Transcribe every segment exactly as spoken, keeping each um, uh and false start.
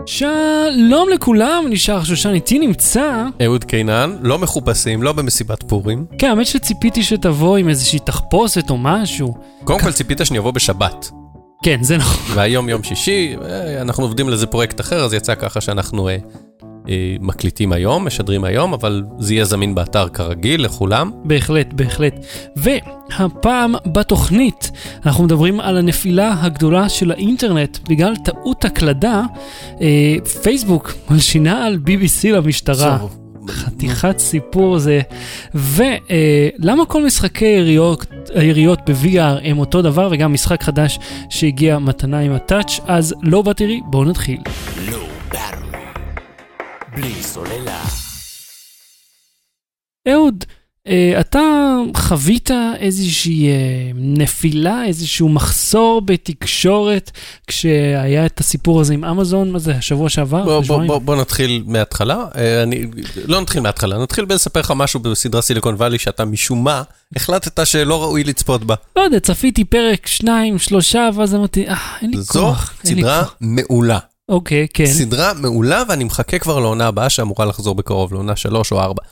שלום לכולם, נשאר שושן איתי נמצא אהוד קינן, לא מחופשים, לא במסיבת פורים. כן, האמת שציפיתי שתבוא עם איזושהי תחפושת או משהו. קודם כל ציפית שאני אבוא בשבת. כן, זה נכון. והיום יום שישי, אנחנו עובדים לזה פרויקט אחר, אז יצא ככה שאנחנו אה, אה, מקליטים היום, משדרים היום, אבל זה יהיה זמין באתר כרגיל לכולם. בהחלט, בהחלט. והפעם בתוכנית אנחנו מדברים על הנפילה הגדולה של האינטרנט, בגלל טעות הקלדה, אה, פייסבוק מלשינה על בי בי סי למשטרה. זו. חתיכת סיפור זה. ולמה כל משחקי היריות, היריות ב-וי אר הם אותו דבר, וגם משחק חדש שהגיע מתנה עם הטאץ', אז לא בטרי, בואו נתחיל. לא בטרי, בלי סוללה. אהוד, אתה חווית איזושהי נפילה, איזשהו מחסור בתקשורת, כשהיה את הסיפור הזה עם אמזון, מה זה, השבוע שעבר? בוא, בוא, בוא, בוא נתחיל מההתחלה, אני, לא נתחיל מההתחלה, נתחיל בלספר לך משהו בסדרה סיליקון ואלי, שאתה משום מה, החלטת שלא ראוי לצפות בה. לא יודע, צפיתי פרק שניים, שלושה, ואז אמרתי, אה, אין לי כוח. זו סדרה מעולה. אוקיי, כן. סדרה מעולה, ואני מחכה כבר לעונה הבאה, שאמורה לחזור בקרוב, לעונה שלוש או ארבע.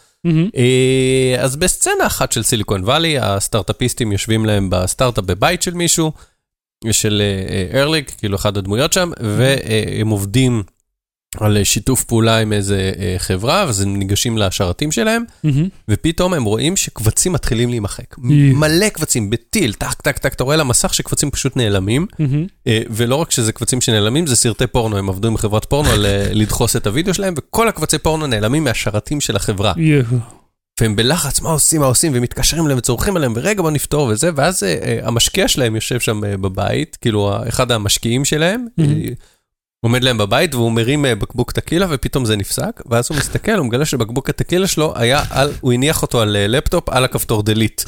אז בסצנה אחת של סיליקון ואלי, הסטארט-אפיסטים יושבים להם בסטארט-אפ בבית של מישהו, של ארליג, כאילו אחד הדמויות שם, והם עובדים על שיתוף פעולה עם איזה חברה, אז הם ניגשים לשרתים שלהם, ופתאום הם רואים שקבצים מתחילים להימחק. מלא קבצים, בטיל, טק, טק, טק, אתה רואה למסך שקבצים פשוט נעלמים, ולא רק שזה קבצים שנעלמים, זה סרטי פורנו, הם עבדו עם חברת פורנו על לדחוס את הוידאו שלהם, וכל הקבצי פורנו נעלמים מהשרתים של החברה. והם בלחץ, מה עושים, מה עושים, ומתקשרים אליהם וצורכים עליהם, ורגע בוא נפתור וזה, ואז המשקיע שלהם יושב שם בבית, כאילו אחד המשקיעים שלהם, עומד להם בבית, והוא מרים בקבוק טקילה, ופתאום זה נפסק, ואז הוא מסתכל, הוא מגלה שבקבוק הטקילה שלו היה על, הוא הניח אותו על לפטופ, על הכפתור דליט.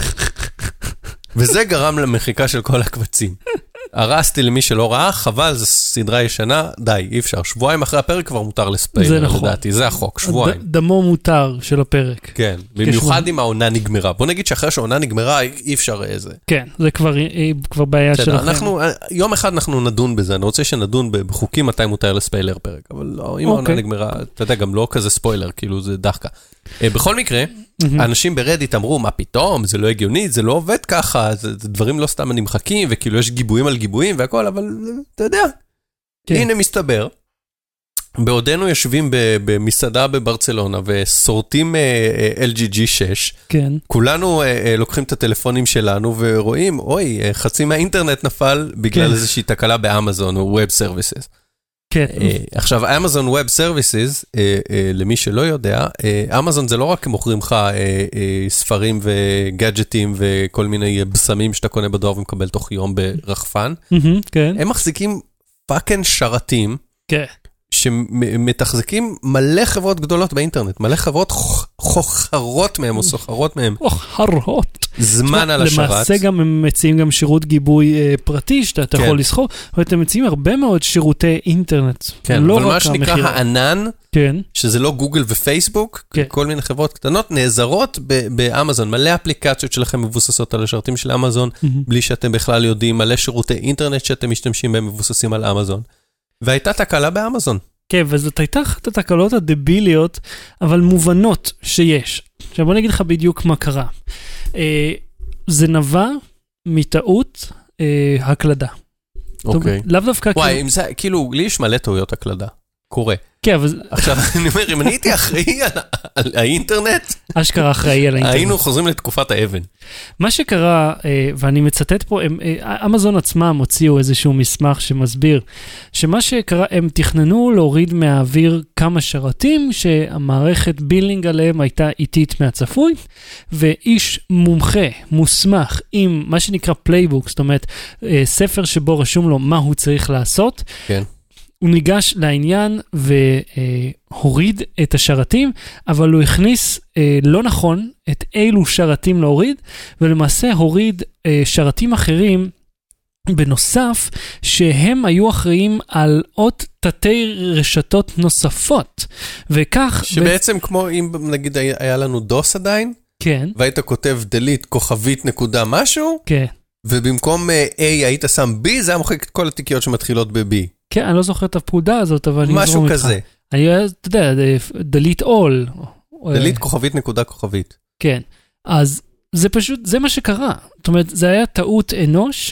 וזה גרם למחיקה של כל הקבצים. הרסתי למי שלא ראה, חבל, זו סדרה ישנה, די, אי אפשר. שבועיים אחרי הפרק כבר מותר לספיילר, זה נכון. לדעתי, זה החוק, שבועיים. דמו מותר של הפרק. כן, במיוחד אם העונה נגמרה. בוא נגיד שאחרי שהעונה נגמרה, אי אפשר איזה. כן, זה כבר, כבר בעיה שלכם. אנחנו, יום אחד אנחנו נדון בזה, אני רוצה שנדון בחוקים מתי מותר לספיילר פרק, אבל לא, אם העונה נגמרה, אתה יודע, גם לא כזה ספוילר, כאילו זה דחקה. בכל מקרה, האנשים ברדיט אמרו, מה פתאום, זה לא הגיוני, זה לא עובד ככה, זה, זה דברים לא סתם נמחקים, וכאילו יש גיבויים על גיבויים והכל, אבל אתה יודע, כן. הנה מסתבר, בעודנו יושבים במסעדה בברצלונה, וסורטים אל ג'י ג'י שש, כן. כולנו לוקחים את הטלפונים שלנו, ורואים, אוי, חצי מהאינטרנט נפל, בגלל כן. איזושהי תקלה באמזון, או Web Services. כן. עכשיו, אמזון Web Services, למי שלא יודע, אמזון זה לא רק מוכרים לך ספרים וגאדג'טים וכל מיני בסמים שאתה קונה בדואר ומקבל תוך יום ברחפן. הם מחזיקים פאקן שרתים, שמתחזקים מלא חברות גדולות באינטרנט, מלא חברות חוכרות מהם או סוחרות מהם. חוכרות. זמן על השרת. למעשה גם הם מציעים גם שירות גיבוי פרטי, שאתה יכול לסחור, אבל אתם מציעים הרבה מאוד שירותי אינטרנט. כן, אבל מה שנקרא הענן, שזה לא גוגל ופייסבוק, כל מיני חברות קטנות, נעזרות באמזון. מלא אפליקציות שלכם מבוססות על השרתים של אמזון, בלי שאתם בכלל יודעים, מלא שירותי אינטרנט שאתם משתמשים בהם מבוססים על אמזון. והייתה תקלה באמזון. כן, וזאת הייתה אחת התקלות הדביליות, אבל מובנות שיש. עכשיו בוא נגיד לך בדיוק מה קרה. אה, זה נבע מטעות אה, הקלדה. אוקיי. לאו דווקא... וואי, כאילו... אם זה, כאילו, לי יש מלא טעויות הקלדה. קורה. כן, אבל... עכשיו, אני אומר, אם אני הייתי אחראי על, על האינטרנט... אשכרה אחראי על האינטרנט. היינו חוזרים לתקופת האבן. מה שקרה, ואני מצטט פה, הם, אמזון עצמם הוציאו איזשהו מסמך שמסביר, שמה שקרה, הם תכננו להוריד מהאוויר כמה שרתים, שהמערכת בילינג עליהם הייתה איטית מהצפוי, ואיש מומחה, מוסמך, עם מה שנקרא פלייבוק, זאת אומרת, ספר שבו רשום לו מה הוא צריך לעשות, כן. הוא ניגש לעניין והוריד את השרתים, אבל הוא הכניס לא נכון את אילו שרתים להוריד, ולמעשה הוריד שרתים אחרים בנוסף, שהם היו אחראים על עוד תתי רשתות נוספות, וכך... שבעצם ב... כמו אם נגיד היה לנו דוס עדיין, כן. והיית כותב דלית כוכבית נקודה משהו, כן. ובמקום A היית שם B, זה היה מוחק את כל התיקיות שמתחילות ב-B. כן, אני לא זוכר את הפקודה הזאת, אבל אני משהו כזה. אני, אתה יודע, delete all. delete כוכבית נקודה כוכבית. כן, אז זה פשוט, זה מה שקרה. זאת אומרת, זה היה טעות אנוש,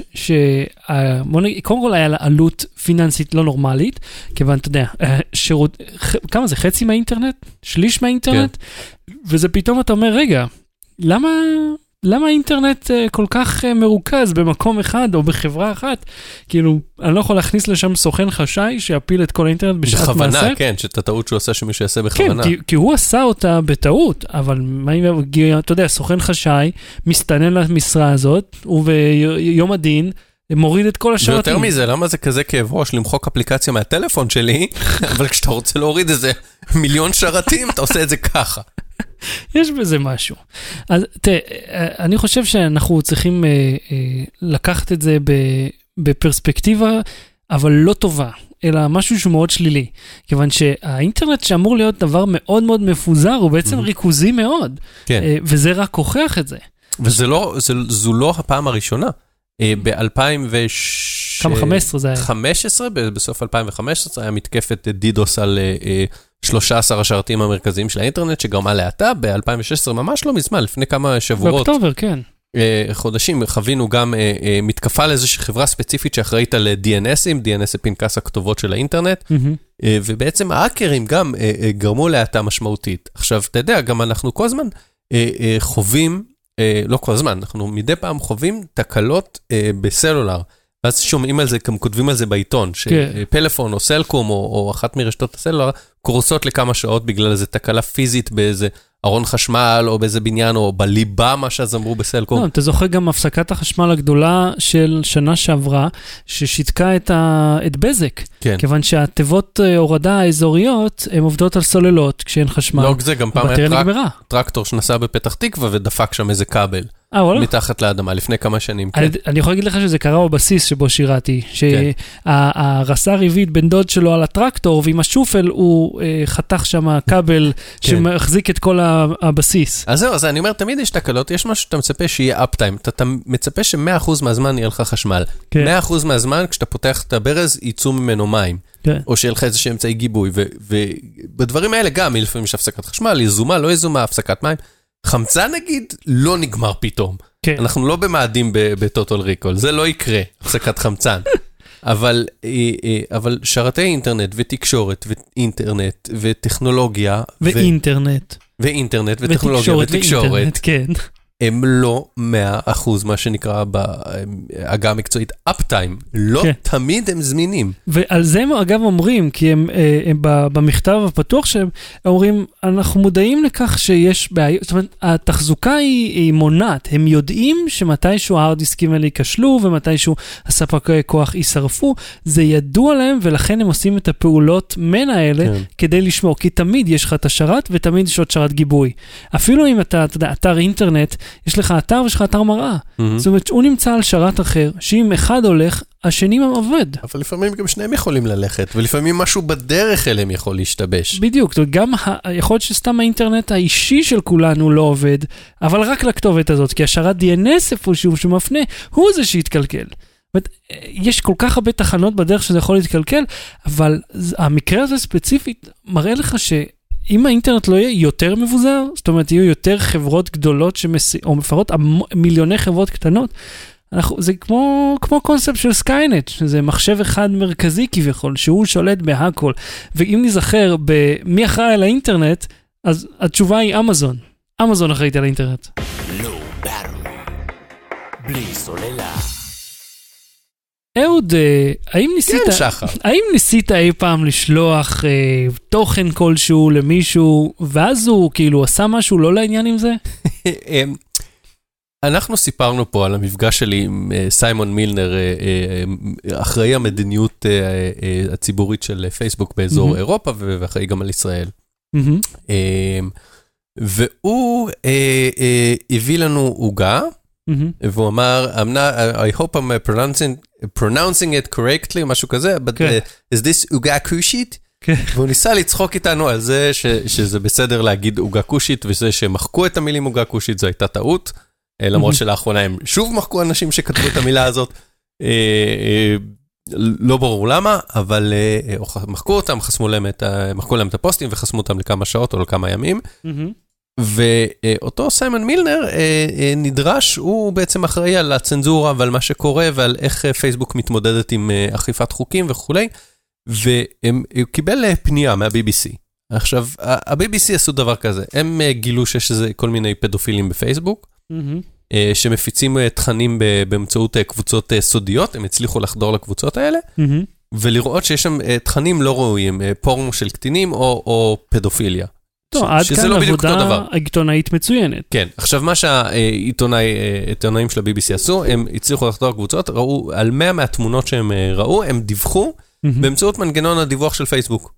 שקודם כל היה לה עלות פיננסית לא נורמלית, כיוון, אתה יודע, שירות, כמה זה? חצי מהאינטרנט? שליש מהאינטרנט? כן. וזה פתאום אתה אומר, רגע, למה... למה האינטרנט כל כך מרוכז במקום אחד או בחברה אחת? כאילו, אני לא יכול להכניס לשם סוכן חשאי שיפיל את כל האינטרנט בשעת מעשה. בכוונה, כן, שאת הטעות שהוא עושה שמישהו יעשה בכוונה. כן, כי, כי הוא עשה אותה בטעות, אבל מה אם, אתה יודע, סוכן חשאי מסתנן למשרה הזאת, וביום הדין מוריד את כל השרתים. ויותר מזה, למה זה כזה כאב ראש למחוק אפליקציה מהטלפון שלי, אבל כשאתה רוצה להוריד איזה מיליון שרתים, אתה עושה את זה ככה. יש בזה משהו. אז תראה, אני חושב שאנחנו צריכים אה, אה, לקחת את זה בפרספקטיבה, אבל לא טובה, אלא משהו שהוא מאוד שלילי. כיוון שהאינטרנט שאמור להיות דבר מאוד מאוד מפוזר, הוא בעצם ריכוזי מאוד. כן. אה, וזה רק הוכיח את זה. וזה לא, זה, זו לא הפעם הראשונה. ב-אלפיים וחמש עשרה, בסוף אלפיים וחמש עשרה, היה מתקפת דידוס על שלושה עשר השרתים המרכזיים של האינטרנט, שגרמה להאטה, ב-אלפיים ושש עשרה ממש לא מזמן, לפני כמה שבועות. באוקטובר, כן. חודשים, חווינו גם מתקפה על איזושהי חברה ספציפית שאחראית על די אן אסים, די אן אס זה פנקס הכתובות של האינטרנט, ובעצם האקרים גם גרמו להאטה משמעותית. עכשיו, אתה יודע, גם אנחנו כל הזמן חווים, לא כל הזמן, אנחנו מדי פעם חווים תקלות בסלולר, ואז שומעים על זה, גם כותבים על זה בעיתון, שפלאפון או סלקום או אחת מרשתות הסלולר קורסות לכמה שעות בגלל איזו תקלה פיזית באיזה ארון חשמל או באיזה בניין או בליבה, מה שאז אמרו בסלקום. אתה זוכר גם הפסקת החשמל הגדולה של שנה שעברה, ששיתקה את בזק, כיוון שהטבות הורדה האזוריות, הן עובדות על סוללות כשאין חשמל. לא זה, גם פעם היה טרקטור שנסע בפתח תקווה ודפק שם איזה כבל. מתחת לאדמה, לפני כמה שנים. אני יכול להגיד לך שזה קרה בבסיס שבו שירתי, שהרס"ר הביא את בן דוד שלו על הטרקטור, ועם השופל הוא חתך שם כבל שמחזיק את כל הבסיס. אז זהו, אז אני אומר, תמיד יש תקלות, יש משהו שאתה מצפה שיהיה אפטיים, אתה מצפה ש-מאה אחוז מהזמן יהיה לך חשמל. מאה אחוז מהזמן, כשאתה פותח את הברז, ייצאו ממנו מים. או שיהיה לך איזשהו אמצעי גיבוי, ובדברים האלה גם, לפעמים יש הפסקת חשמל, יזומה, לא יזומה, הפסקת מים. חמצן נגיד, לא נגמר פתאום. כן. אנחנו לא במאדים בטוטל ריקול, זה לא יקרה, הפסקת חמצן. אבל, אבל שרתי אינטרנט ותקשורת ואינטרנט וטכנולוגיה. ואינטרנט. ו... ואינטרנט וטכנולוגיה ותקשורת. ואינטרנט, כן. הם לא מאה אחוז מה שנקרא בהגה המקצועית אפטיים, לא כן. תמיד הם זמינים. ועל זה הם אגב אומרים, כי הם, הם במכתב הפתוח שהם אומרים, אנחנו מודעים לכך שיש בעיות, זאת אומרת, התחזוקה היא, היא מונעת, הם יודעים שמתישהו ההרדיסקים האלה ייכשלו, ומתישהו הספקי כוח יישרפו, זה ידוע להם, ולכן הם עושים את הפעולות מן האלה, כן. כדי לשמור, כי תמיד יש לך את השרת, ותמיד יש עוד שרת גיבוי. אפילו אם אתה, אתה יודע, אתר אינטרנט, יש לך אתר ויש לך אתר מראה. Mm-hmm. זאת אומרת, הוא נמצא על שרת אחר, שאם אחד הולך, השני עובד. אבל לפעמים גם שניהם יכולים ללכת, ולפעמים משהו בדרך אליהם יכול להשתבש. בדיוק, גם ה... יכול להיות שסתם האינטרנט האישי של כולנו לא עובד, אבל רק לכתובת הזאת, כי השרת די אן אס איפשהו שמפנה, הוא זה שהתקלקל. זאת אומרת, יש כל כך הרבה תחנות בדרך שזה יכול להתקלקל, אבל המקרה הזה ספציפית מראה לך ש... אם האינטרנט לא יהיה יותר מבוזר, זאת אומרת, יהיו יותר חברות גדולות, שמס... או מפרות מיליוני חברות קטנות, אנחנו, זה כמו, כמו קונספט של סקיינט, שזה מחשב אחד מרכזי כביכול, שהוא שולט בהכל. ואם נזכר במי אחראי על האינטרנט, אז התשובה היא אמזון. אמזון אחראית על האינטרנט. בלי סוללה. אהוד, האם ניסית, כן, האם ניסית אי פעם לשלוח אה, תוכן כלשהו למישהו, ואז הוא כאילו עשה משהו לא לעניין עם זה? אנחנו סיפרנו פה על המפגש שלי עם סיימון מילנר, אחראי המדיניות הציבורית של פייסבוק באזור אירופה, ואחראי גם על ישראל. והוא הביא לנו עוגה, והוא אמר, I hope I'm pronouncing, pronouncing it correctly, משהו כזה, but is this עוגה קושית? והוא ניסה לצחוק איתנו על זה שזה בסדר להגיד עוגה קושית, וזה שמחקו את המילים עוגה קושית, זו הייתה טעות, למרות שלאחרונה הם שוב מחקו אנשים שכתבו את המילה הזאת, לא ברור למה, אבל מחקו אותם, חסמו להם את, מחקו להם את הפוסטים וחסמו אותם לכמה שעות או לכמה ימים. ואותו סיימון מילנר נדרש, הוא בעצם אחראי על הצנזורה ועל מה שקורה ועל איך פייסבוק מתמודדת עם אכיפת חוקים וכו'. והוא קיבל פנייה מה-בי בי סי. עכשיו, ה-בי בי סי עשו דבר כזה, הם גילו שיש כל מיני פדופילים בפייסבוק, שמפיצים תכנים באמצעות קבוצות סודיות, הם הצליחו לחדור לקבוצות האלה, ולראות שיש שם תכנים לא ראויים, פורנו של קטינים או פדופיליה. טוב, עד כאן עבודה עיתונאית מצוינת. כן, עכשיו מה שהעיתונאים של ה-בי בי סי עשו, הם הצליחו לחדור לקבוצות, ראו על מאה מהתמונות שהם ראו, הם דיווחו באמצעות מנגנון הדיווח של פייסבוק.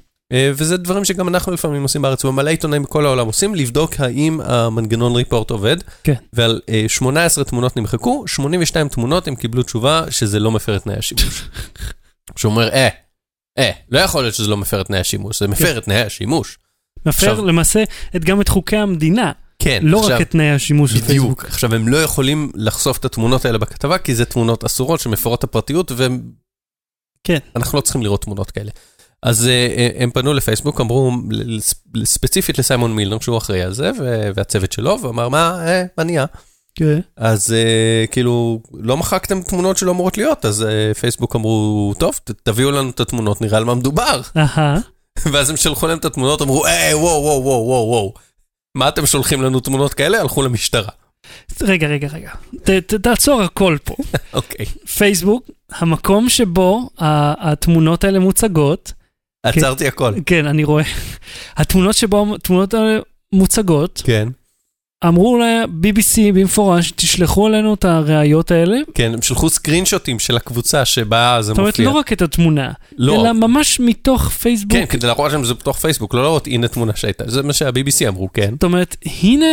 וזה דברים שגם אנחנו לפעמים עושים בארץ, ומלא עיתונאים בכל העולם עושים, לבדוק האם המנגנון ריפורט עובד, ועל שמונה עשרה תמונות נמחקו, שמונים ושתיים תמונות הם קיבלו תשובה שזה לא מפר את תנאי השימוש. שאומר, אה, אה, לא יכול להיות שזה לא מפר את תנאי השימוש, זה מפר את תנאי השימוש. מפר למעשה גם את חוקי המדינה, כן, לא עכשיו, רק את תנאי השימוש של פייסבוק. עכשיו, הם לא יכולים לחשוף את התמונות האלה בכתבה, כי זה תמונות אסורות שמפרות הפרטיות, ואנחנו כן. לא צריכים לראות תמונות כאלה. אז הם פנו לפייסבוק, אמרו ספציפית לסיימון מילנר, שהוא אחראי על זה, והצוות שלו, ואמר, מה, מה נהיה? כן. אז כאילו, לא מחקתם תמונות שלא אמורות להיות, אז פייסבוק אמרו, טוב, תביאו לנו את התמונות, נראה על מה מדובר. אהה. ואז הם שלחו להם את התמונות, אמרו, אה, וואו, וואו, וואו, וואו, וואו. מה אתם שולחים לנו תמונות כאלה? הלכו למשטרה. רגע, רגע, רגע. תעצור הכל פה. אוקיי. פייסבוק, המקום שבו התמונות האלה מוצגות. עצרתי הכל. כן, אני רואה. התמונות שבו, התמונות האלה מוצגות. כן. אמרו ל-בי בי סי במפורש, תשלחו עלינו את הראיות האלה. כן, הם שלחו סקרינשוטים של הקבוצה שבה זה מופיע. זאת אומרת, לא רק את התמונה, לא. אלא ממש מתוך פייסבוק. כן, כדי להראות שהם זה בתוך פייסבוק, לא לראות, הנה תמונה שהייתה. זה מה שה-בי בי סי אמרו, כן. זאת אומרת, הנה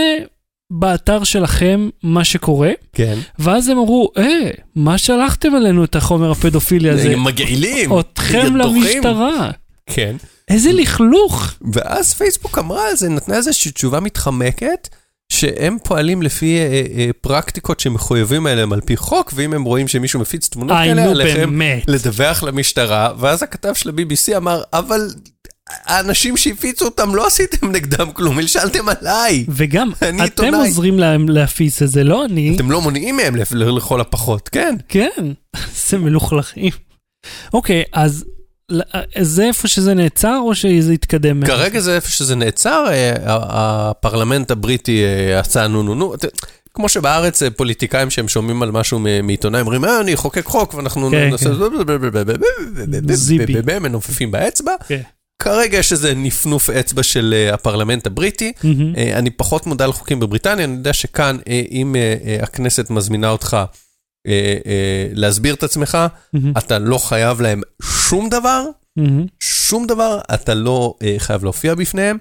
באתר שלכם מה שקורה, כן. ואז הם אמרו, אה, מה שלחתם עלינו את החומר הפדופילי הזה? הם מגעילים. אתכם למשטרה. כן. איזה לכלוך. ואז פייסבוק אמרה על זה, נתנה איזושהי תשובה מתחמקת, שהם פועלים לפי אה, אה, פרקטיקות שמחויבים עליהם על פי חוק, ואם הם רואים שמישהו מפיץ תמונות כאלה עליכם, לדווח למשטרה, ואז הכתב של ה-בי בי סי אמר, אבל האנשים שהפיצו אותם לא עשיתם נגדם כלום, הלשלתם עליי. וגם, אתם עוזרים להם להפיץ את זה, לא אני. אתם לא מונעים מהם לכל הפחות, כן. כן, זה מלוכלכים. אוקיי, אז זה איפה שזה נעצר או שזה יתקדם? כרגע זה איפה שזה נעצר, הפרלמנט הבריטי עשה נו נו נו, כמו שבארץ פוליטיקאים שהם שומעים על משהו מעיתונאים, אומרים, אה, אני חוקק חוק, ואנחנו נעשה מנופפים באצבע. כרגע יש איזה נפנוף אצבע של הפרלמנט הבריטי, אני פחות מודע לחוקים בבריטניה, אני יודע שכאן, אם הכנסת מזמינה אותך להסביר את עצמך, אתה לא חייב להם שום דבר, שום דבר, אתה לא חייב להופיע בפניהם,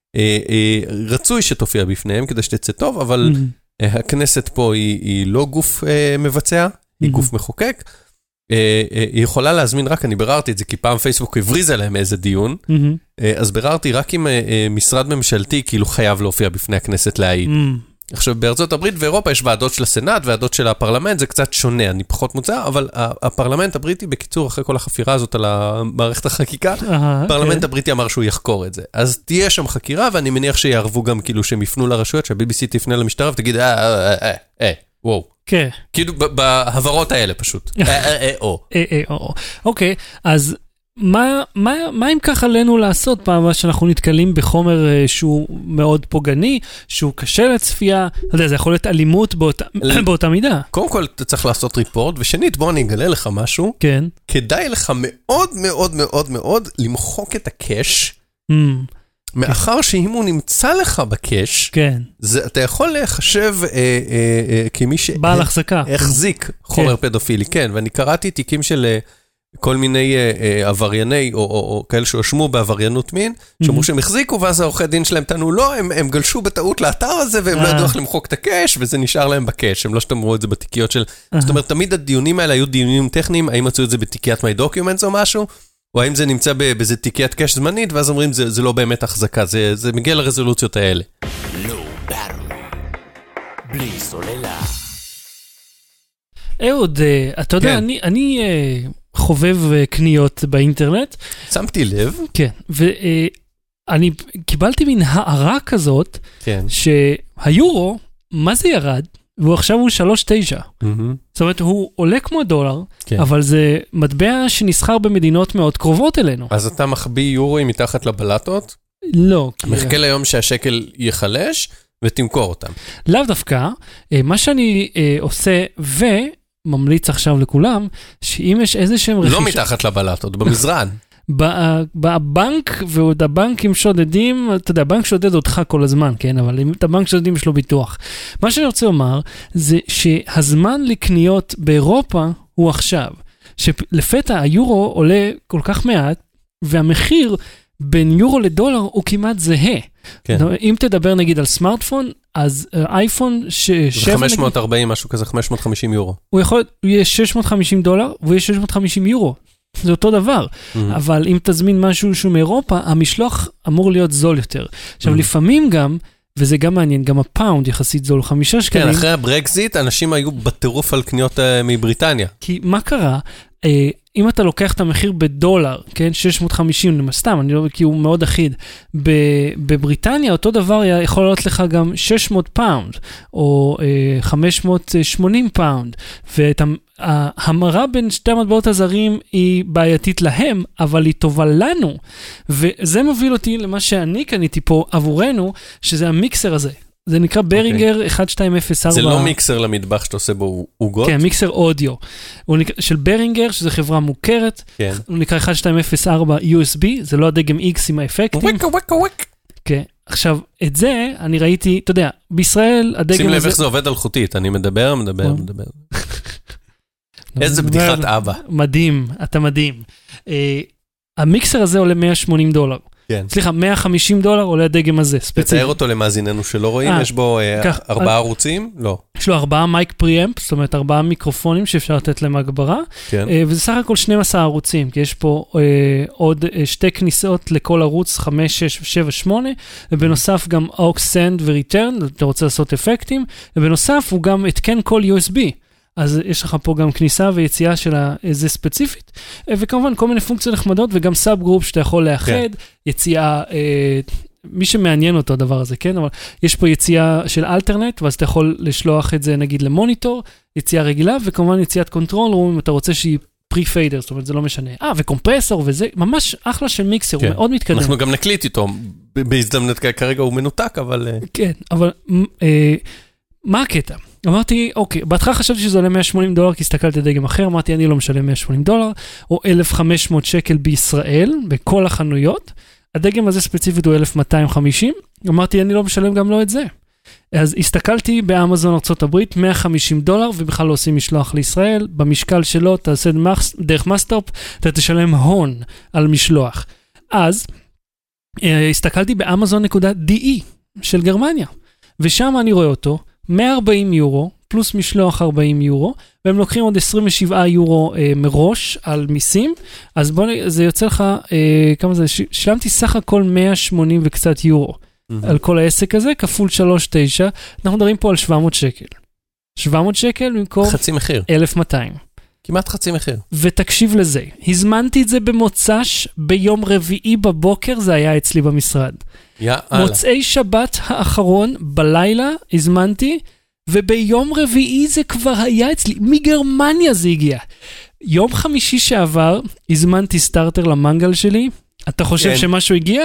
רצוי שתופיע בפניהם כדי שתצא טוב, אבל הכנסת פה היא לא גוף מבצע, היא גוף מחוקק, היא יכולה להזמין רק, אני ביררתי את זה, כי פעם פייסבוק הבריזה להם איזה דיון, אז ביררתי רק אם משרד ממשלתי כאילו חייב להופיע בפני הכנסת להעיד. עכשיו, בארצות הברית ואירופה יש ועדות של הסנאט, ועדות של הפרלמנט, זה קצת שונה, אני פחות מוצא, אבל הפרלמנט הבריטי, בקיצור, אחרי כל החפירה הזאת על מערכת החקיקה, הפרלמנט הבריטי אמר שהוא יחקור את זה. אז תהיה שם חקירה, ואני מניח שיערבו גם כאילו שהם יפנו לרשויות, שה-בי בי סי תפנה למשטרה ותגיד, אה, אה, אה, אה, וואו. כן. כאילו, בהעברות האלה פשוט. אה, אה, אה, או. אה, אה, או. אוקיי, אז מה, מה, מה אם כך עלינו לעשות פעם שאנחנו נתקלים בחומר שהוא מאוד פוגעני, שהוא קשה לצפייה, אתה יודע, זה יכול להיות אלימות באותה, באותה מידה. קודם כל, אתה צריך לעשות ריפורט, ושנית, בוא אני אגלה לך משהו. כן. כדאי לך מאוד מאוד מאוד מאוד למחוק את הקש, Mm. מאחר שאם הוא נמצא לך בקש, כן. זה, אתה יכול לחשב אה, אה, אה, כמי ש... בעל החזקה. החזיק חומר כן. פדופילי, כן, ואני קראתי תיקים של... אה, כל מיני אה, אה, עברייני, או, או, או כאלה שהואשמו בעבריינות מין, שאמרו שהם החזיקו, ואז העורכי דין שלהם טענו, לא, הם, הם גלשו בטעות לאתר הזה, והם לא ידעו איך למחוק את הקש, וזה נשאר להם בקש, הם לא שתמרו את זה בתיקיות של... זאת אומרת, תמיד הדיונים האלה היו דיונים טכניים, האם מצאו את זה בתיקיית My Documents או משהו, או האם זה נמצא באיזה תיקיית קש זמנית, ואז אומרים, זה, זה לא באמת החזקה, זה, זה מגיע לרזולוציות האלה. בלי סוללה. אהוד, אתה יודע, אני... אני חובב קניות באינטרנט. שמתי לב. כן, ואני קיבלתי מין הערה כזאת, כן. שהיורו, מה זה ירד? והוא עכשיו הוא שלוש תשע. Mm-hmm. זאת אומרת, הוא עולה כמו דולר, כן. אבל זה מטבע שנסחר במדינות מאוד קרובות אלינו. אז אתה מחביא יורוים מתחת לבלטות? לא. מחכה כי... ליום שהשקל יחלש, ותמכור אותם. לאו דווקא, מה שאני אה, עושה, וממליץ עכשיו לכולם, שאם יש איזה שהם רכישה... לא מתחת לבלטות, במזרן. בבנק, ועוד הבנקים שודדים, אתה יודע, הבנק שודד אותך כל הזמן, כן? אבל אם את הבנק שודדים יש לו ביטוח. מה שאני רוצה לומר, זה שהזמן לקניות באירופה הוא עכשיו. שלפתע היורו עולה כל כך מעט, והמחיר בין יורו לדולר הוא כמעט זהה. כן. אם תדבר נגיד על סמארטפון, אז אייפון ש... חמש מאות וארבעים, משהו כזה, חמש מאות וחמישים יורו. הוא יכול, הוא יהיה שש מאות וחמישים דולר, והוא יהיה שש מאות וחמישים יורו. זה אותו דבר, mm-hmm. אבל אם תזמין משהו שהוא מאירופה, המשלוח אמור להיות זול יותר. עכשיו, mm-hmm. לפעמים גם, וזה גם מעניין, גם הפאונד יחסית זול, חמישה שקלים. כן, אחרי הברקזיט, אנשים היו בטירוף על קניות uh, מבריטניה. כי מה קרה? Uh, אם אתה לוקח את המחיר בדולר, כן, שש מאות וחמישים, סתם, אני לא, כי הוא מאוד אחיד, בבריטניה אותו דבר יכול להיות לך גם שש מאות פאונד, או uh, חמש מאות ושמונים פאונד, וההמרה בין שתי המטבעות הזרים היא בעייתית להם, אבל היא טובה לנו, וזה מוביל אותי למה שאני קניתי פה עבורנו, שזה המיקסר הזה. זה נקרא ברינגר אחת שתיים אפס ארבע. זה לא מיקסר למטבח שאתה עושה בו עוגות? כן, מיקסר אודיו. הוא נקרא, של ברינגר, שזו חברה מוכרת. כן. הוא נקרא אחת שתיים אפס ארבע יו אס בי, זה לא הדגם X עם האפקטים. ווקה ווקה ווקה. כן. עכשיו, את זה אני ראיתי, אתה יודע, בישראל הדגם הזה... שים לב איך זה עובד על חוטית, אני מדבר, מדבר, מדבר. איזה בדיחת אבא. מדהים, אתה מדהים. המיקסר הזה עולה מאה ושמונים דולר. כן. סליחה, מאה וחמישים דולר עולה הדגם הזה, ספציפי. תצייר אותו למאזיננו שלא רואים, יש בו ארבעה ערוצים? לא. יש לו ארבעה מייק פריאמפ, זאת אומרת ארבעה מיקרופונים שאפשר לתת להם הגברה, וזה סך הכל שנים עשר ערוצים, כי יש פה עוד שתי כניסות לכל ערוץ, חמש, שש, שבע, שמונה, ובנוסף גם aux send ו-return, אתה רוצה לעשות אפקטים, ובנוסף הוא גם התקן כל יו אס בי. אז יש לך פה גם כניסה ויציאה של איזה ספציפית, וכמובן כל מיני פונקציות נחמדות, וגם סאב גרופ שאתה יכול לאחד, כן. יציאה, אה, מי שמעניין אותו הדבר הזה, כן? אבל יש פה יציאה של אלטרנט, ואז אתה יכול לשלוח את זה נגיד למוניטור, יציאה רגילה, וכמובן יציאת קונטרול רום, אם אתה רוצה שהיא פרי-פיידר, זאת אומרת, זה לא משנה. אה, וקומפרסור, וזה ממש אחלה של מיקסר, כן. הוא מאוד מתקדם. אנחנו גם נקליט איתו, בהזדמנות כרגע הוא מנותק, אבל... כן, אבל אה, מה הקטע? אמרתי, אוקיי, בהתחלה חשבתי שזה עולה מאה ושמונים דולר, כי הסתכלתי דגם אחר, אמרתי, אני לא משלם מאה ושמונים דולר, או אלף וחמש מאות שקל בישראל, בכל החנויות, הדגם הזה ספציפית הוא אלף מאתיים וחמישים, אמרתי, אני לא משלם גם לא את זה. אז הסתכלתי באמזון ארצות הברית, מאה וחמישים דולר, ובכלל לא עושים משלוח לישראל, במשקל שלו, תעשה דרך מסטופ, אתה תשלם הון על משלוח. אז, הסתכלתי באמזון נקודה די איי של גרמניה, ושם אני רואה אותו, מאה וארבעים יורו, פלוס משלוח ארבעים יורו, והם לוקחים עוד עשרים ושבעה יורו אה, מראש על מיסים, אז בוא, זה יוצא לך, אה, כמה זה, ש, שלמתי סך הכל מאה ושמונים וקצת יורו, mm-hmm. על כל העסק הזה, כפול שלוש תשע, אנחנו מדברים פה על שבע מאות שקל. שבע מאות שקל במקום... חצי מחיר. אלף ומאתיים. כמעט חצי מחיר. ותקשיב לזה, הזמנתי את זה במוצ"ש, ביום רביעי בבוקר, זה היה אצלי במשרד. יאללה. מוצאי שבת האחרון, בלילה, הזמנתי, וביום רביעי זה כבר היה אצלי, מגרמניה זה הגיע. יום חמישי שעבר, הזמנתי סטארטר למנגל שלי, אתה חושב כן. שמשהו הגיע?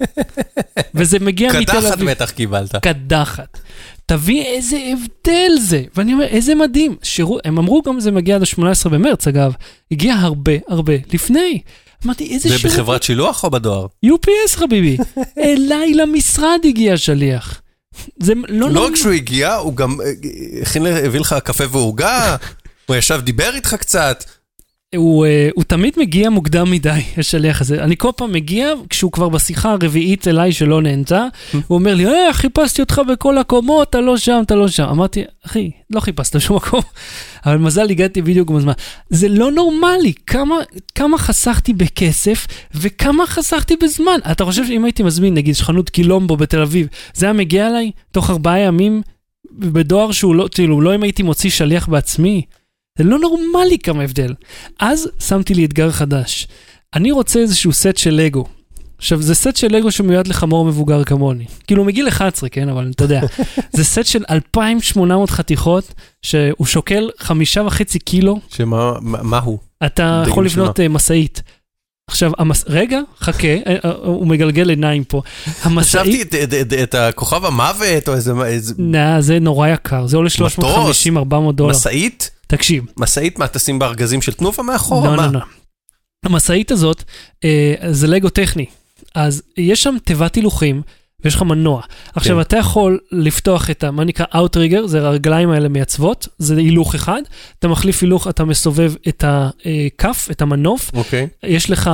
וזה מגיע מתל אביב. קדחת בטח קיבלת. קדחת. תביא איזה הבדל זה. ואני אומר, איזה מדהים. שירו, הם אמרו גם זה מגיע עד ה-שמונה עשרה במרץ, אגב. הגיע הרבה, הרבה לפני. אמרתי, איזה שירות... ובחברת שילוח או בדואר? יו פי אס חביבי. אליי למשרד הגיע שליח. זה לא... לא כשהוא הגיע, הוא גם הביא לך קפה והוגה, הוא ישב דיבר איתך קצת. הוא, הוא תמיד מגיע מוקדם מדי, השליח הזה. אני כל פעם מגיע, כשהוא כבר בשיחה הרביעית אליי שלא נהנתה, הוא אומר לי, אה, חיפשתי אותך בכל הקומות, אתה לא שם, אתה לא שם. אמרתי, אחי, לא חיפשת שום מקום. אבל מזל, הגעתי בדיוק בזמן. זה לא נורמלי, כמה, כמה חסכתי בכסף, וכמה חסכתי בזמן. אתה חושב שאם הייתי מזמין, נגיד, שכנות קילומבו בתל אביב, זה היה מגיע אליי תוך ארבעה ימים, בדואר שהוא לא, תראו, לא אם הייתי מוציא שליח בעצמי, זה לא נורמלי כמה הבדל. אז שמתי לי אתגר חדש. אני רוצה איזשהו סט של לגו. עכשיו, זה סט של לגו שמיועד לחמור מבוגר כמוני. כאילו, הוא מגיל אחת עשרה, כן? אבל אתה יודע. זה סט של אלפיים ושמונה מאות חתיכות, שהוא שוקל חמישה וחצי קילו. שמה, מה הוא? אתה יכול לבנות מסעית. עכשיו, המס... רגע, חכה, הוא מגלגל עיניים פה. חשבתי את, את, את, את הכוכב המוות, או איזה... איזה... נה, זה נורא יקר, זה עולה שלוש מאות וחמישים עד ארבע מאות דולר. מסעית? תקשיב. מסעית מה, תשים בארגזים של תנופה מאחור? לא, לא, לא. המסעית הזאת, אה, זה לגו טכני. אז יש שם תיבת הילוכים, ויש לך מנוע. עכשיו, אתה יכול לפתוח את, מה נקרא Outrigger, זה הרגליים האלה מייצבות, זה הילוך אחד, אתה מחליף הילוך, אתה מסובב את הכף, את המנוף, יש לך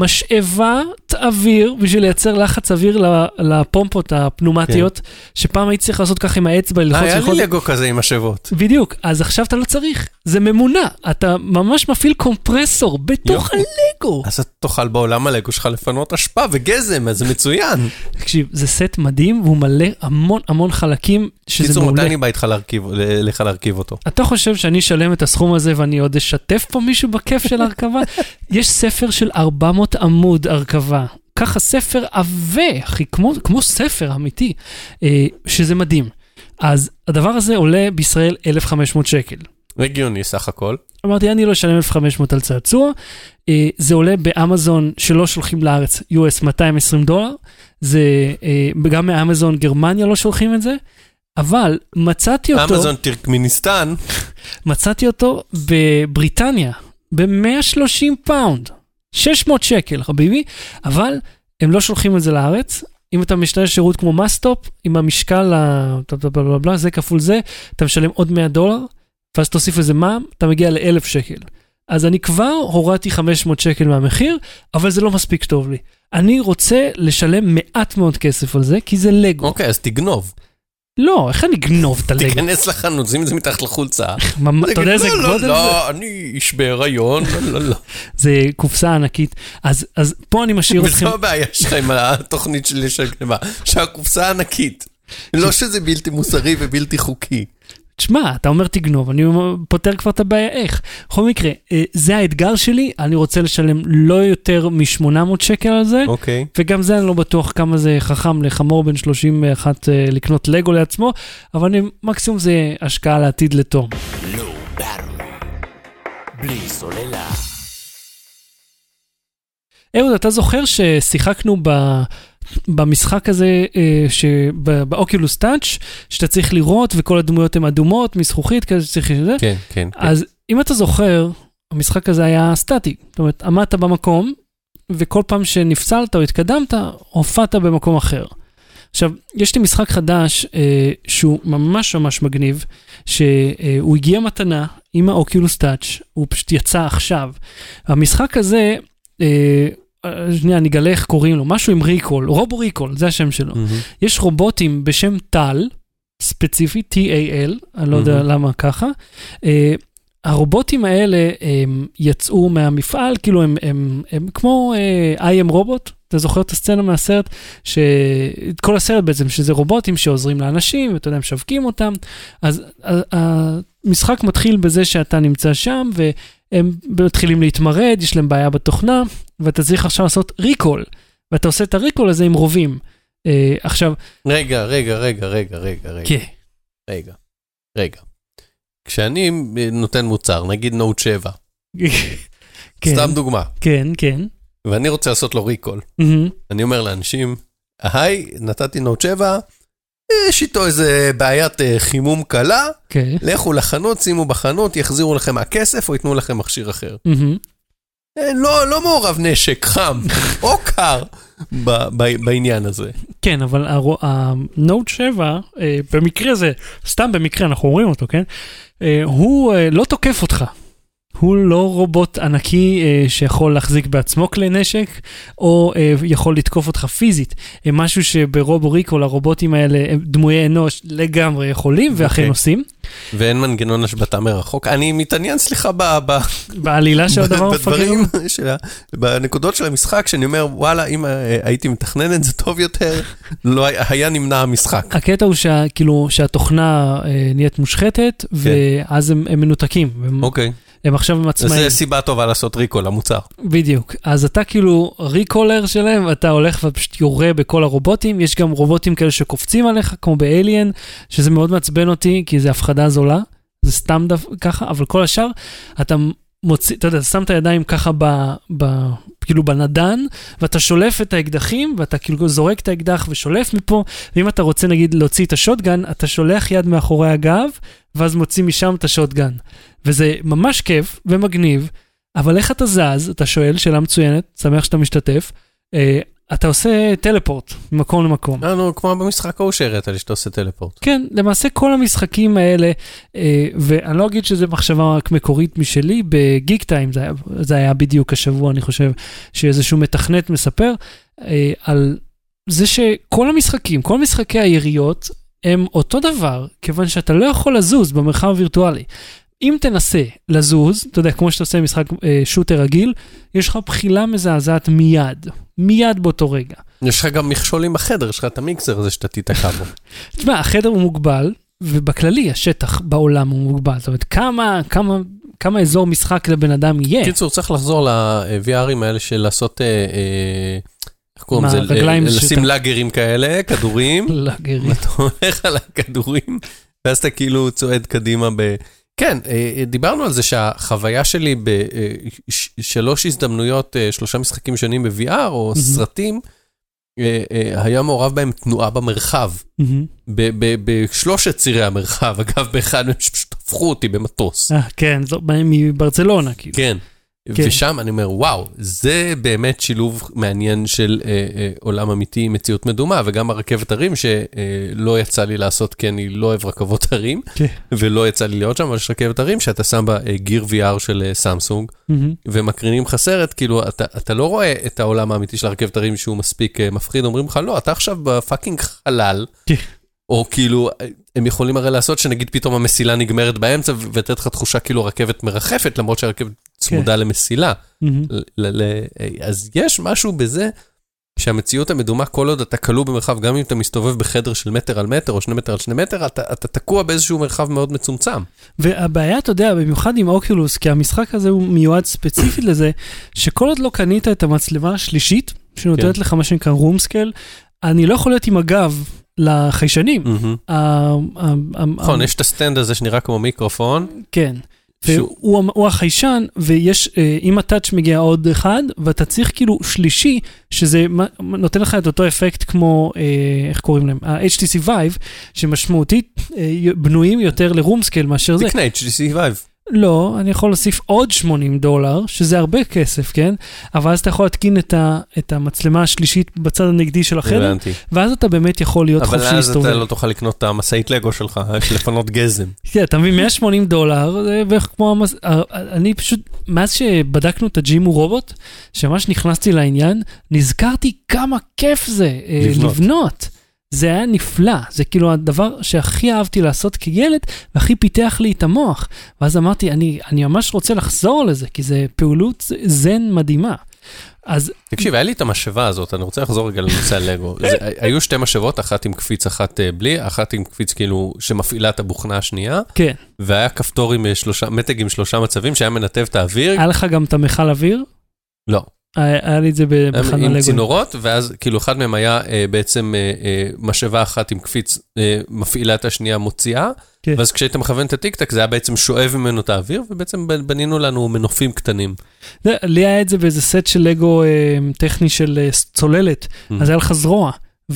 משאבת אוויר, בשביל לייצר לחץ אוויר לפומפות הפנומטיות, שפעם הייתי צריך לעשות כך עם האצבע. היה לי לגו כזה עם משאבות. בדיוק, אז עכשיו אתה לא צריך, זה ממונע, אתה ממש מפעיל קומפרסור בתוך הלגו. אז אתה תוכל בעולם הלגו שלך לפנות השפעה וגזם, אז זה מצוין. תקשיב, זה סט מדהים, והוא מלא המון המון חלקים, שזה קיצור, מעולה. מתי אני בא איתך לך להרכיב אותו? אתה חושב שאני אשלם את הסכום הזה, ואני עוד אשתף פה מישהו בכיף של הרכבה? יש ספר של ארבע מאות עמוד הרכבה. ככה ספר עווה, אחי, כמו, כמו ספר אמיתי, אה, שזה מדהים. אז הדבר הזה עולה בישראל אלף וחמש מאות שקל. רגיוני סך הכל. אמרתי, אני לא אשלם אלף וחמש מאות על צעצוע, אה, זה עולה באמזון שלא שולחים לארץ, יו אס מאתיים ועשרים דולר, זה אה, גם מאמזון גרמניה לא שולחים את זה, אבל מצאתי אותו... אמזון טרקמיניסטן. מצאתי אותו בבריטניה, ב-מאה ושלושים פאונד. שש מאות שקל, חביבי, אבל הם לא שולחים את זה לארץ. אם אתה משתמש שירות כמו מסטופ, עם המשקל, זה כפול זה, אתה משלם עוד מאה דולר, ואז תוסיף איזה מע"מ, אתה מגיע לאלף שקל. אז אני כבר הורדתי חמש מאות שקל מהמחיר, אבל זה לא מספיק טוב לי. אני רוצה לשלם מעט מאוד כסף על זה, כי זה לגו. אוקיי, אז תגנוב. לא, איך אני אגנוב את הלגו? תיכנס לחנות, שים את זה מתחת לחולצה. אתה יודע איזה גודל זה? לא, לא, אני איש בהיריון, לא, לא, לא. זה קופסה ענקית. אז פה אני משאיר אתכם... וזו הבעיה שלך עם התוכנית שלי של גניבה, שהקופסה ענקית. לא שזה בלתי מוסרי ובלתי חוקי. תשמע, אתה אומר תגנוב, אני פותר כבר את הבעיה איך. בכל מקרה, זה האתגר שלי, אני רוצה לשלם לא יותר מ-שמונה מאות שקל על זה, אוקיי. וגם זה אני לא בטוח כמה זה חכם לחמור בין שלושים ואחת לקנות לגו לעצמו, אבל אני, מקסימום זה השקעה לעתיד לתום. בלי סוללה. אהוד, אתה זוכר ששיחקנו ב... במשחק הזה, באוקולוס טאץ', שאתה צריך לראות, וכל הדמויות הן אדומות, מזכוכית, כזה שצריך לזה. כן, כן. אז אם אתה זוכר, המשחק הזה היה סטטי. זאת אומרת, עמדת במקום, וכל פעם שנפסלת או התקדמת, הופעת במקום אחר. עכשיו, יש לי משחק חדש, שהוא ממש ממש מגניב, שהוא הגיע מתנה עם האוקולוס טאץ', הוא פשוט יצא עכשיו. המשחק הזה, שנייה, אני אגלה איך קוראים לו, משהו עם ריקול, רובו ריקול, זה השם שלו. Mm-hmm. יש רובוטים בשם טל, ספציפי, טי איי אל, אני לא יודע mm-hmm. למה ככה. Uh, הרובוטים האלה הם יצאו מהמפעל, כאילו הם, הם, הם כמו uh, איי אם רובוט, אתה זוכר את הסצנה מהסרט, את כל הסרט בעצם, שזה רובוטים שעוזרים לאנשים, ואתה יודע, הם שווקים אותם. אז המשחק מתחיל בזה שאתה נמצא שם, והם מתחילים להתמרד, יש להם בעיה בתוכנה, ואתה צריך עכשיו לעשות ריקול, ואתה עושה את הריקול הזה עם רובים. אה, עכשיו... רגע, רגע, רגע, רגע, רגע, רגע. כן. רגע, רגע. כשאני נותן מוצר, נגיד נוט שבע, כן. סתם דוגמה. כן, כן. ואני רוצה לעשות לו ריקול. Mm-hmm. אני אומר לאנשים, היי, נתתי נוט שבע, יש איתו איזה בעיית חימום קלה, okay. לכו לחנות, שימו בחנות, יחזירו לכם הכסף או ייתנו לכם מכשיר אחר. Mm-hmm. לא, לא מעורב נשק חם או קר ב- ב- בעניין הזה. כן, אבל הנוט שבע, במקרה זה, סתם במקרה אנחנו אומרים אותו, כן? הוא לא תוקף אותך. הוא לא רובוט ענקי אה, שיכול להחזיק בעצמו כלי נשק, או אה, יכול לתקוף אותך פיזית. הם משהו שברובו ריקול, הרובוטים האלה, הם דמויי אנוש לגמרי יכולים, ואכן עושים. ואין מנגנון השבטה מרחוק. אני מתעניין, סליחה, ב... ב... בעלילה של הדבר בדברים, של... בנקודות של המשחק, שאני אומר, וואלה, אם הייתי מתכנן את זה טוב יותר, לא היה נמנע המשחק. הקטע הוא שה, כאילו, שהתוכנה אה, נהיית מושחתת, ואז הם, הם מנותקים. אוקיי. הם עכשיו עם עצמאים. זה סיבה טובה לעשות ריקול, המוצר. בדיוק. אז אתה כאילו ריקולר שלהם, אתה הולך ופשוט יורה בכל הרובוטים, יש גם רובוטים כאלה שקופצים עליך, כמו באליאן, שזה מאוד מעצבן אותי, כי זה הפחדה זולה, זה סתם דף, ככה, אבל כל השאר, אתה מוציא, אתה יודע, שם את הידיים ככה ב, ב, כאילו בנדן, ואתה שולף את האקדחים, ואתה כאילו זורק את האקדח ושולף מפה, ואם אתה רוצה נגיד להוציא את השוטגן, אתה שולח יד מאחורי הגב, ואז מוציא משם את השוטגן. וזה ממש כיף ומגניב, אבל איך אתה זז, אתה שואל, שאלה מצוינת, שמח שאתה משתתף, אה, אתה עושה טלפורט ממקום למקום. אה, נו, כמו במשחק ההוא שהראית לי שאתה עושה טלפורט. כן, למעשה כל המשחקים האלה, אה, ואני לא אגיד שזה מחשבה רק מקורית משלי, בגיק טיים, זה היה, זה היה בדיוק השבוע, אני חושב, שאיזשהו מתכנת מספר, אה, על זה שכל המשחקים, כל משחקי היריות, הם אותו דבר, כיוון שאתה לא יכול לזוז במרחב הווירטואלי. אם תנסה לזוז, אתה יודע, כמו שאתה עושה משחק אה, שוטר רגיל, יש לך בחילה מזעזעת מיד, מיד באותו רגע. יש לך גם מכשולים בחדר, יש לך את המיקסר הזה שאתה תיתקע בו. תשמע, החדר הוא מוגבל, ובכללי השטח בעולם הוא מוגבל. זאת אומרת, כמה, כמה, כמה אזור משחק לבן אדם יהיה? קיצור, צריך לחזור ל-וי ארים האלה של לעשות... אה, אה, איך קוראים זה? לשים לגרים כאלה, כדורים. לגרים. אתה הולך על הכדורים, ואז אתה כאילו צועד קדימה ב... כן, דיברנו על זה שהחוויה שלי בשלוש הזדמנויות, שלושה משחקים שונים ב-וי אר או סרטים, היה מעורב בהם תנועה במרחב, בשלושת צירי המרחב, אגב, באחד מהם שפשוט הפכו אותי במטוס. כן, זאת מברצלונה, כאילו. כן. ושם אני אומר, וואו, זה באמת שילוב מעניין של אה, אה, עולם אמיתי, מציאות מדומה, וגם הרכבת הרים שלא יצא לי לעשות, כן, אני לא אוהב רכבות הרים, okay. ולא יצא לי להיות שם, אבל יש רכבת הרים שאתה שם בה אה, גיר וי אר של אה, סמסונג, mm-hmm. ומקרינים חסרת, כאילו, אתה, אתה לא רואה את העולם האמיתי של הרכבת הרים שהוא מספיק אה, מפחיד, אומרים לך, לא, אתה עכשיו בפאקינג חלל, כן. או כאילו, הם יכולים הרי לעשות שנגיד פתאום המסילה נגמרת באמצע, ותת לך תחושה כאילו הרכבת מרחפת, למרות שהרכבת צמודה למסילה. אז יש משהו בזה, שהמציאות המדומה, כל עוד אתה כלוא במרחב, גם אם אתה מסתובב בחדר של מטר על מטר, או שני מטר על שני מטר, אתה תקוע באיזשהו מרחב מאוד מצומצם. והבעיה, אתה יודע, במיוחד עם אוקולוס, כי המשחק הזה הוא מיועד ספציפית לזה, שכל עוד לא קנית את המצלמה השלישית, שנותנת לך מה שנקרא רומסקל, אני לא יכול להיות עם הגב, לחיישנים. נכון, יש את הסטנד הזה שנראה כמו מיקרופון. כן. והוא החיישן, ויש, אם הטאץ' מגיע עוד אחד, ואתה צריך כאילו שלישי, שזה נותן לך את אותו אפקט כמו, איך קוראים להם? ה-אייץ' טי סי Vive, שמשמעותית בנויים יותר לרומסקל מאשר זה. תקנה אייץ' טי סי Vive. לא, אני יכול להוסיף עוד שמונים דולר, שזה הרבה כסף, כן? אבל אז אתה יכול להתקין את, ה, את המצלמה השלישית בצד הנגדי של החדר, הבנתי. ואז אתה באמת יכול להיות חופשי להסתובב. אבל אז אתה לא תוכל לקנות את המסעית לגו שלך, יש לפנות גזם. כן, אתה מבין, מאה ושמונים דולר, זה בערך כמו המס... אני פשוט, מאז שבדקנו את הג'ימו רובוט, שממש נכנסתי לעניין, נזכרתי כמה כיף זה לבנות. לבנות. זה היה נפלא, זה כאילו הדבר שהכי אהבתי לעשות כילד, והכי פיתח לי את המוח. ואז אמרתי, אני, אני ממש רוצה לחזור לזה, כי זה פעולות זן מדהימה. אז... תקשיב, היה לי את המשאבה הזאת, אני רוצה לחזור רגע לנושא הלגו. זה, היו שתי משאבות, אחת עם קפיץ, אחת בלי, אחת עם קפיץ כאילו שמפעילה את הבוכנה השנייה. כן. והיה כפתור עם שלושה, מתג עם שלושה מצבים, שהיה מנתב את האוויר. היה לך גם את המכל אוויר? לא. היה לי את זה בחנה לגו. עם צינורות, ואז כאילו אחד מהם היה אה, בעצם אה, אה, משאבה אחת עם קפיץ, אה, מפעילה את השנייה מוציאה, כן. ואז כשהיית מכוון את הטיק-טק, זה היה בעצם שואב ממנו את האוויר, ובעצם בנינו לנו מנופים קטנים. זה, לי היה את זה באיזה סט של לגו אה, טכני של אה, צוללת, mm-hmm. אז היה לך זרוע,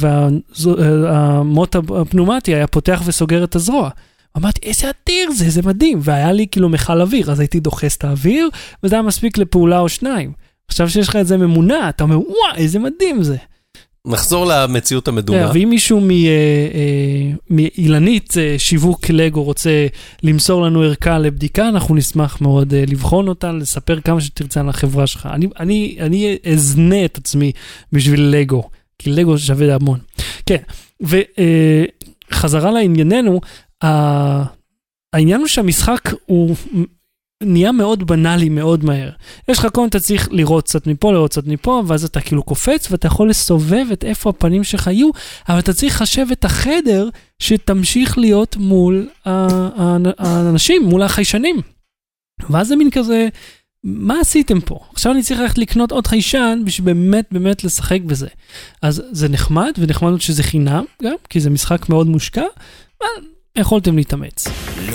והמוט הפנומטי היה פותח וסוגר את הזרוע. אמרתי, איזה אדיר זה, זה מדהים, והיה לי כאילו מכל אוויר, אז הייתי דוחס את האוויר, וזה היה מספיק לפעולה או שניים. עכשיו שיש לך את זה ממונה, אתה אומר, וואי, איזה מדהים זה. נחזור למציאות המדומה. ואם מישהו מאילנית שיווק לגו רוצה למסור לנו ערכה לבדיקה, אנחנו נשמח מאוד לבחון אותה, לספר כמה שתרצה על החברה שלך. אני, אני, אני אזנה את עצמי בשביל לגו, כי לגו שווה המון. כן, וחזרה לענייננו, העניין הוא שהמשחק הוא נהיה מאוד בנאלי, מאוד מהר. יש לך קום, אתה צריך לראות קצת מפה, לראות קצת מפה, ואז אתה כאילו קופץ, ואתה יכול לסובב את איפה הפנים שלך יהיו, אבל אתה צריך לחשב את החדר שתמשיך להיות מול האנשים, מול החיישנים. ואז זה מין כזה, מה עשיתם פה? עכשיו אני צריך ללכת לקנות עוד חיישן, בשביל באמת באמת לשחק בזה. אז זה נחמד, ונחמד שזה חינם, גם, כי זה משחק מאוד מושקע, אבל יכולתם להתאמץ.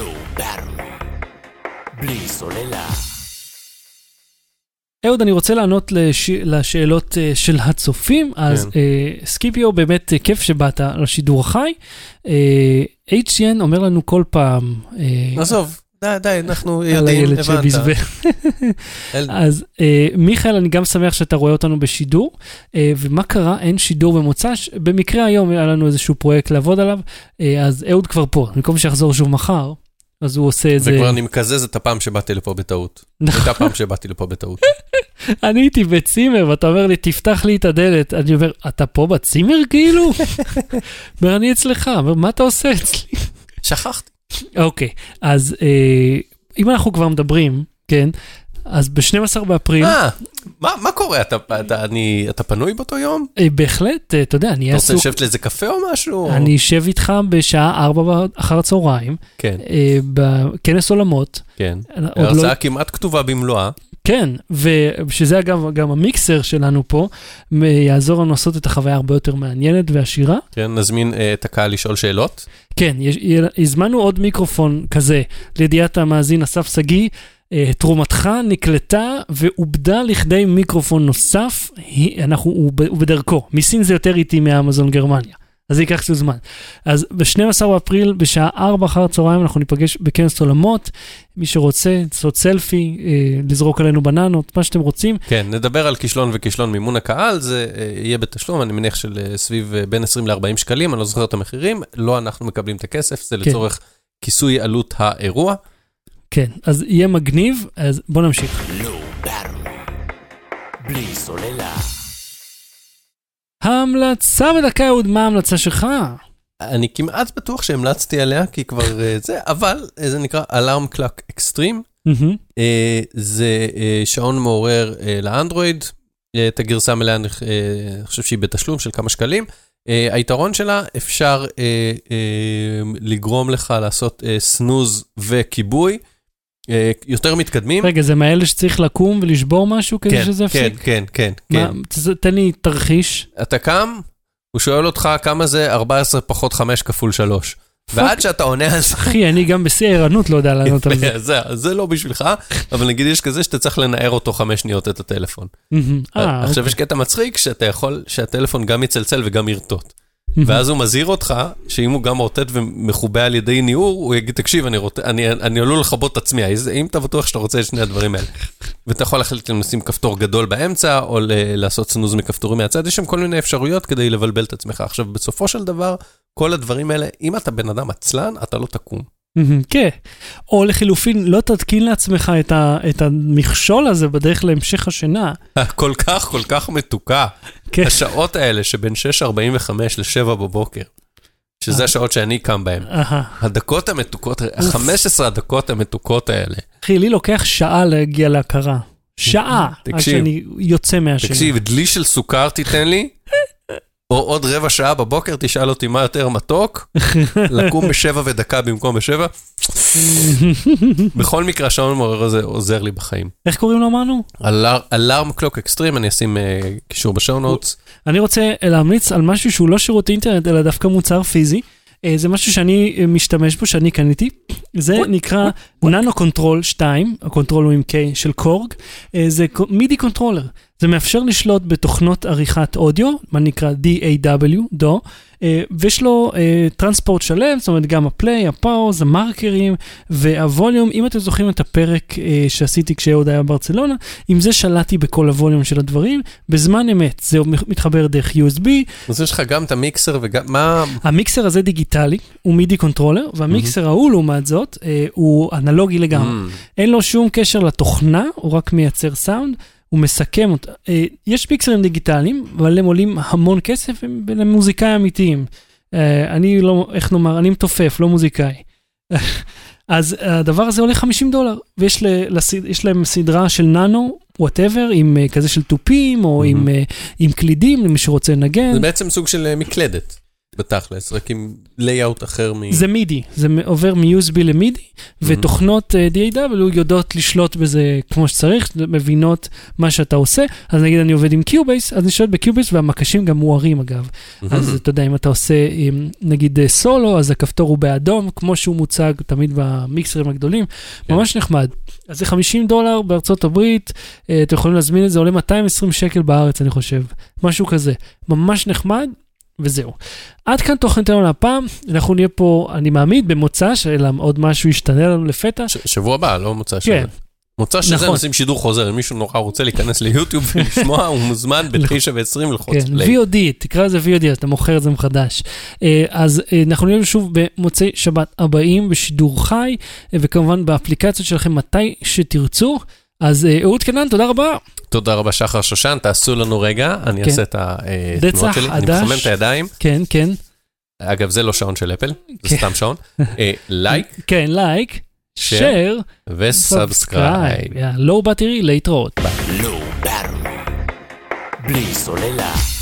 בלי סוללה. אהוד, אני רוצה לענות לש... לשאלות uh, של הצופים, אז כן. uh, סקיפיו, באמת uh, כיף שבאת לשידור החי. uh, אייץ' סי אן אומר לנו כל פעם... Uh, עזוב, די, די, אנחנו יודעים, הבנת. אז uh, מיכאל, אני גם שמח שאתה רואה אותנו בשידור, uh, ומה קרה? אין שידור במוצ"ש. במקרה היום היה לנו איזשהו פרויקט לעבוד עליו, uh, אז אהוד כבר פה, במקום שיחזור שוב מחר. אז הוא עושה את זה... וכבר אני מקזז את הפעם שבאתי לפה בטעות. הייתה פעם שבאתי לפה בטעות. אני הייתי בצימר, ואתה אומר לי, תפתח לי את הדלת. אני אומר, אתה פה בצימר כאילו? אומר, אני אצלך. אומר, מה אתה עושה אצלי? שכחתי. אוקיי, אז אם אנחנו כבר מדברים, כן, אז ב-שנים עשר באפריל... אה, מה, מה קורה? אתה, אתה, אני, אתה פנוי באותו יום? בהחלט, אתה יודע, אני... אתה רוצה לשבת לאיזה קפה או משהו? אני אשב איתך בשעה ארבע אחר הצהריים, כן. בכנס עולמות. כן, הרצאה לא... כמעט כתובה במלואה. כן, ושזה אגב גם המיקסר שלנו פה, יעזור לנו לעשות את החוויה הרבה יותר מעניינת ועשירה. כן, נזמין את הקהל לשאול שאלות. כן, הזמנו עוד מיקרופון כזה, לידיעת המאזין אסף סגי, תרומתך נקלטה ועובדה לכדי מיקרופון נוסף, אנחנו, הוא בדרכו. מסין זה יותר איטי מאמזון גרמניה, אז זה ייקח קצת זמן. אז ב-שנים עשר באפריל, בשעה ארבע אחר הצהריים, אנחנו ניפגש בכנס עולמות, מי שרוצה, לעשות סלפי, לזרוק עלינו בננות, מה שאתם רוצים. כן, נדבר על כישלון וכישלון מימון הקהל, זה יהיה בתשלום, אני מניח של סביב בין עשרים לארבעים שקלים, אני לא זוכר את המחירים, לא אנחנו מקבלים את הכסף, זה לצורך כיסוי עלות האירוע. כן, אז יהיה מגניב, אז בוא נמשיך. בלי סוללה. ההמלצה בדקה, אהוד, מה ההמלצה שלך? אני כמעט בטוח שהמלצתי עליה, כי כבר זה, אבל זה נקרא Alarm Clock Extreme. זה שעון מעורר לאנדרואיד, את הגרסה מלאה, אני חושב שהיא בתשלום של כמה שקלים. היתרון שלה, אפשר לגרום לך לעשות סנוז וכיבוי, יותר מתקדמים. רגע, זה מאלה שצריך לקום ולשבור משהו כדי שזה יפסיק? כן, כן, כן. תן לי תרחיש. אתה קם, הוא שואל אותך כמה זה ארבע עשרה פחות חמש כפול שלוש. ועד שאתה עונה על זה... אחי, אני גם בשיא הערנות לא יודע לענות על זה. זה לא בשבילך, אבל נגיד יש כזה שאתה צריך לנער אותו חמש שניות את הטלפון. עכשיו יש קטע מצחיק שאתה יכול, שהטלפון גם יצלצל וגם ירטוט. ואז הוא מזהיר אותך, שאם הוא גם רוטט ומחובה על ידי ניעור, הוא יגיד, תקשיב, אני, רוט... אני, אני עלול לחבות את עצמי, אם אתה בטוח שאתה רוצה את שני הדברים האלה. ואתה יכול להחליט לשים כפתור גדול באמצע, או ל- לעשות סנוז מכפתורים מהצד, יש שם כל מיני אפשרויות כדי לבלבל את עצמך. עכשיו, בסופו של דבר, כל הדברים האלה, אם אתה בן אדם עצלן, אתה לא תקום. כן, או לחילופין, לא תתקין לעצמך את, ה, את המכשול הזה בדרך להמשך השינה. כל כך, כל כך מתוקה. כן. השעות האלה שבין שש ארבעים וחמש ל-שבע בבוקר, שזה השעות שאני קם בהן. הדקות המתוקות, ה-חמש עשרה הדקות המתוקות האלה. אחי, לי לוקח שעה להגיע להכרה. שעה, עד שאני יוצא מהשינה. תקשיב, דלי של סוכר תיתן לי, או עוד רבע שעה בבוקר, תשאל אותי מה יותר מתוק, לקום בשבע ודקה במקום בשבע. בכל מקרה, השעון מעורר הזה עוזר לי בחיים. איך קוראים לו אמרנו? Alarm Clock Extreme, אני אשים קישור בשואו נוטס. אני רוצה להמליץ על משהו שהוא לא שירות אינטרנט, אלא דווקא מוצר פיזי. זה משהו שאני משתמש בו, שאני קניתי. זה נקרא ננו קונטרול שתיים, הקונטרול הוא עם K של קורג. זה מידי קונטרולר. זה מאפשר לשלוט בתוכנות עריכת אודיו, מה נקרא די איי דאבליו, דו, ויש לו טרנספורט שלם, זאת אומרת גם הפליי, הפאוז, המרקרים והווליום. אם אתם זוכרים את הפרק שעשיתי כשעוד היה ברצלונה, עם זה שלטתי בכל הווליום של הדברים, בזמן אמת, זה מתחבר דרך יו אס בי. אז יש לך גם את המיקסר וגם, מה... המיקסר הזה דיגיטלי, הוא מידי קונטרולר, והמיקסר ההוא לעומת זאת, הוא אנלוגי לגמרי. אין לו שום קשר לתוכנה, הוא רק מייצר סאונד, הוא מסכם אותה. יש מיקסרים דיגיטליים, אבל הם עולים המון כסף, הם מוזיקאי אמיתיים. אני לא, איך נאמר, אני מתופף, לא מוזיקאי. אז הדבר הזה עולה חמישים דולר, ויש יש להם סדרה של נאנו, whatever, עם כזה של טופים, או עם, עם קלידים, למי שרוצה לנגן. זה בעצם סוג של מקלדת. בתכלס, רק עם לייאוט אחר מ... זה מידי, זה עובר מ-יו אס בי למידי, ותוכנות די איי דאבליו יודעות לשלוט בזה כמו שצריך, מבינות מה שאתה עושה. אז נגיד אני עובד עם קיובייס, אז אני שולט בקיובייס, והמקשים גם מוארים אגב. אז אתה יודע, אם אתה עושה נגיד סולו, אז הכפתור הוא באדום, כמו שהוא מוצג תמיד במיקסרים הגדולים, ממש נחמד. אז זה חמישים דולר בארצות הברית, אתם יכולים להזמין את זה, עולה מאתיים ועשרים שקל בארץ, אני חושב. משהו כזה. ממש נחמד. וזהו. עד כאן תוכנית לנו להפעם, אנחנו נהיה פה, אני מעמיד, במוצא, שאלה עוד משהו ישתנה לנו לפתע. ש- שבוע הבא, לא מוצא שזה. כן. מוצא שזה נכון. נשים שידור חוזר, אם מישהו נורא רוצה להיכנס ליוטיוב ולשמוע, הוא מוזמן ב-תשע ועשרים ללחוץ כן, פליי. וי או די, תקרא לזה וי או די, אז אתה מוכר את זה מחדש. אז אנחנו נהיה שוב במוצאי שבת הבאים, בשידור חי, וכמובן באפליקציות שלכם מתי שתרצו. אז אהוד קנן, תודה רבה. תודה רבה שחר שושן, תעשו לנו רגע, אני אעשה את התנועות שלי, אני מחמם את הידיים. כן, כן. אגב, זה לא שעון של אפל, זה סתם שעון. לייק. כן, לייק, שייר, וסאבסקרייב. לואו בטרי, להתראות. לואו בטרי, בלי סוללה.